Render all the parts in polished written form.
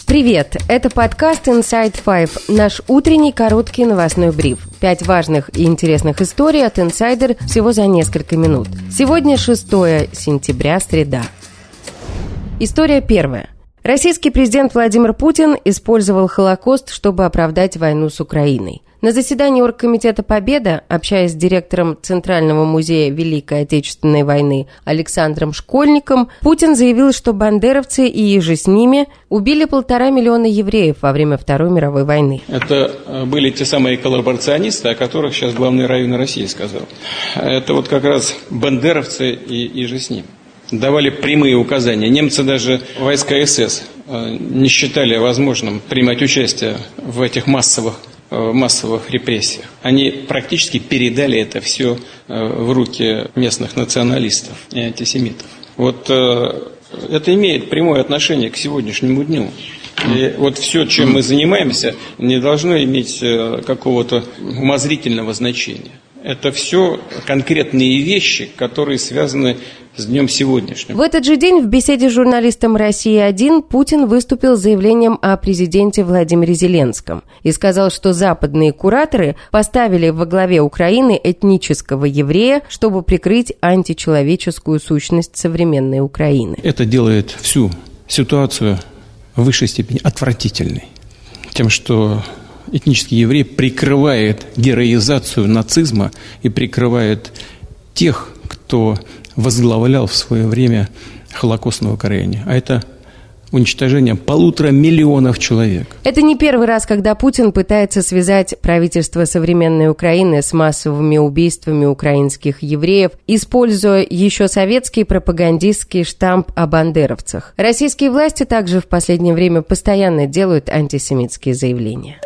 Привет! Это подкаст Inside Five, наш утренний короткий новостной бриф. 5 важных и интересных историй от Insider всего за несколько минут. Сегодня 6 сентября, среда. История первая. Российский президент Владимир Путин использовал Холокост, чтобы оправдать войну с Украиной. На заседании Оргкомитета «Победа», общаясь с директором Центрального музея Великой Отечественной войны Александром Школьником, Путин заявил, что бандеровцы и иже с ними убили 1,5 миллиона евреев во время Второй мировой войны. Это были те самые коллаборационисты, о которых сейчас главный раввин России сказал. Это вот как раз бандеровцы и иже с ними. Давали прямые указания. Немцы даже войска СС не считали возможным принимать участие в этих массовых репрессиях. Они практически передали это все в руки местных националистов и антисемитов. Вот это имеет прямое отношение к сегодняшнему дню. И вот все, чем мы занимаемся, не должно иметь какого-то умозрительного значения. Это все конкретные вещи, которые связаны с днем сегодняшним. В этот же день в беседе с журналистом «Россия-1» Путин выступил с заявлением о президенте Владимире Зеленском и сказал, что западные кураторы поставили во главе Украины этнического еврея, чтобы прикрыть античеловеческую сущность современной Украины. Это делает всю ситуацию в высшей степени отвратительной. Тем, что этнический еврей прикрывает героизацию нацизма и прикрывает тех, кто возглавлял в свое время холокостное укоренение. А это уничтожение 1,5 миллиона человек. Это не первый раз, когда Путин пытается связать правительство современной Украины с массовыми убийствами украинских евреев, используя еще советский пропагандистский штамп о бандеровцах. Российские власти также в последнее время постоянно делают антисемитские заявления.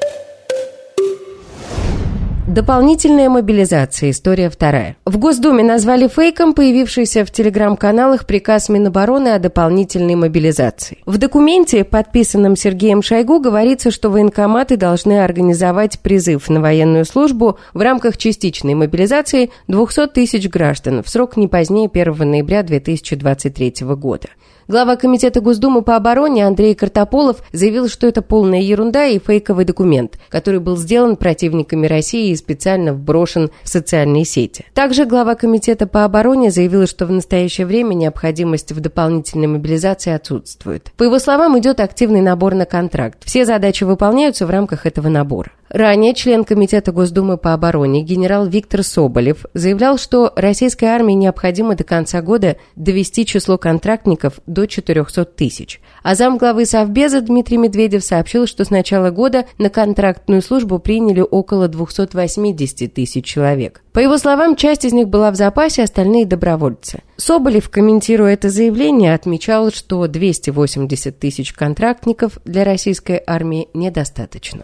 Дополнительная мобилизация. История вторая. В Госдуме назвали фейком появившийся в телеграм-каналах приказ Минобороны о дополнительной мобилизации. В документе, подписанном Сергеем Шойгу, говорится, что военкоматы должны организовать призыв на военную службу в рамках частичной мобилизации 200 тысяч граждан в срок не позднее 1 ноября 2023 года. Глава Комитета Госдумы по обороне Андрей Картополов заявил, что это полная ерунда и фейковый документ, который был сделан противниками России и специально вброшен в социальные сети. Также глава Комитета по обороне заявил, что в настоящее время необходимость в дополнительной мобилизации отсутствует. По его словам, идет активный набор на контракт. Все задачи выполняются в рамках этого набора. Ранее член Комитета Госдумы по обороне генерал Виктор Соболев заявлял, что российской армии необходимо до конца года довести число контрактников до 400 тысяч. А замглавы Совбеза Дмитрий Медведев сообщил, что с начала года на контрактную службу приняли около 280 тысяч человек. По его словам, часть из них была в запасе, остальные добровольцы. Соболев, комментируя это заявление, отмечал, что 280 тысяч контрактников для российской армии недостаточно.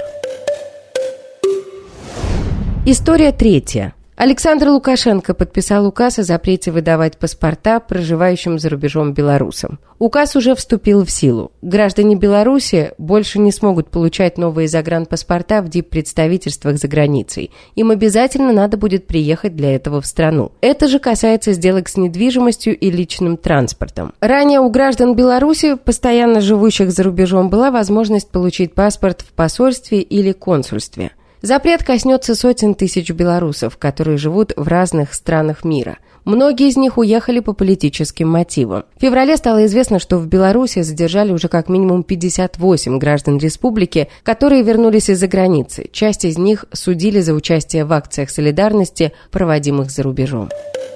История третья. Александр Лукашенко подписал указ о запрете выдавать паспорта проживающим за рубежом белорусам. Указ уже вступил в силу. Граждане Беларуси больше не смогут получать новые загранпаспорта в диппредставительствах за границей. Им обязательно надо будет приехать для этого в страну. Это же касается сделок с недвижимостью и личным транспортом. Ранее у граждан Беларуси, постоянно живущих за рубежом, была возможность получить паспорт в посольстве или консульстве. Запрет коснется сотен тысяч белорусов, которые живут в разных странах мира. Многие из них уехали по политическим мотивам. В феврале стало известно, что в Беларуси задержали уже как минимум 58 граждан республики, которые вернулись из-за границы. Часть из них судили за участие в акциях солидарности, проводимых за рубежом.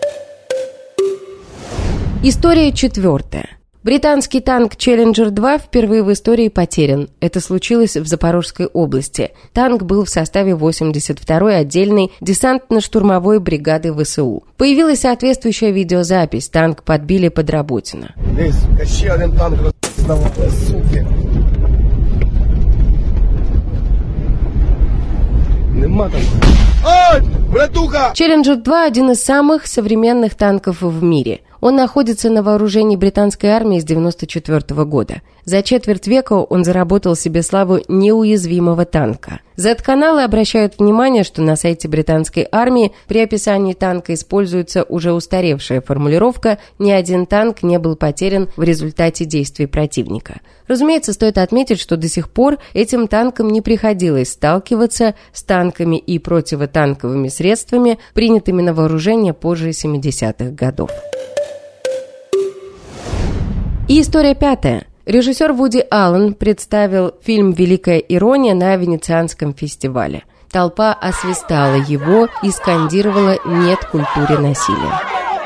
История четвертая. Британский танк «Челленджер-2» впервые в истории потерян. Это случилось в Запорожской области. Танк был в составе 82-й отдельной десантно-штурмовой бригады ВСУ. Появилась соответствующая видеозапись. Танк подбили под Работино. Ще один танк роздавали, суки. Нема там. Ой, братуха! «Челленджер-2» – один из самых современных танков в мире. Он находится на вооружении британской армии с 1994 года. За четверть века он заработал себе славу неуязвимого танка. Z-каналы обращают внимание, что на сайте британской армии при описании танка используется уже устаревшая формулировка «ни один танк не был потерян в результате действий противника». Разумеется, стоит отметить, что до сих пор этим танкам не приходилось сталкиваться с танками и противотанковыми средствами, принятыми на вооружение позже 70-х годов. И история пятая. Режиссер Вуди Аллен представил фильм «Великая ирония» на Венецианском фестивале. Толпа освистала его и скандировала «Нет культуре насилия».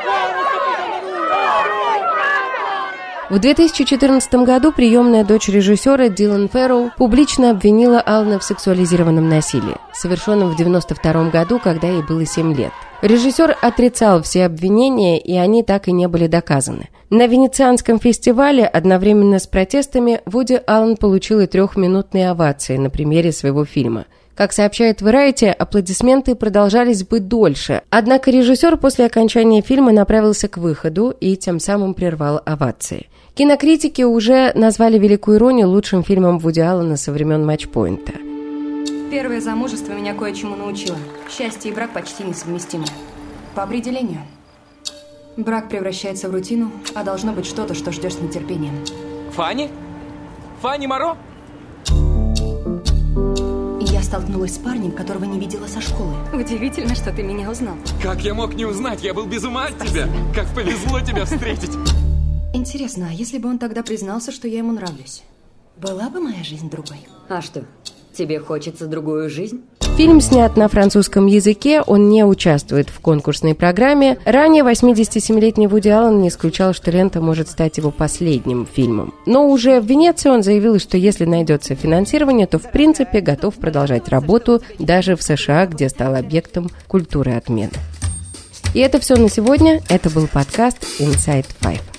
В 2014 году приемная дочь режиссера Дилан Ферроу публично обвинила Аллена в сексуализированном насилии, совершенном в 1992 году, когда ей было 7 лет. Режиссер отрицал все обвинения, и они так и не были доказаны. На Венецианском фестивале одновременно с протестами Вуди Аллен получил и 3-минутные овации на премьере своего фильма. Как сообщает Variety, аплодисменты продолжались бы дольше, однако режиссер после окончания фильма направился к выходу и тем самым прервал овации. Кинокритики уже назвали «Великую иронию» лучшим фильмом Вуди Аллена со времен «Матчпоинта». Первое замужество меня кое-чему научило. Счастье и брак почти несовместимы. По определению. Брак превращается в рутину, а должно быть что-то, что ждешь с нетерпением. Фанни? Фанни Моро? Я столкнулась с парнем, которого не видела со школы. Удивительно, что ты меня узнал. Как я мог не узнать? Я был без ума от тебя. Как повезло тебя встретить. Интересно, а если бы он тогда признался, что я ему нравлюсь? Была бы моя жизнь другой? А что, тебе хочется другую жизнь? Фильм снят на французском языке, он не участвует в конкурсной программе. Ранее 87-летний Вуди Аллен не исключал, что лента может стать его последним фильмом. Но уже в Венеции он заявил, что если найдется финансирование, то в принципе готов продолжать работу даже в США, где стал объектом культуры отмены. И это все на сегодня. Это был подкаст Inside Five.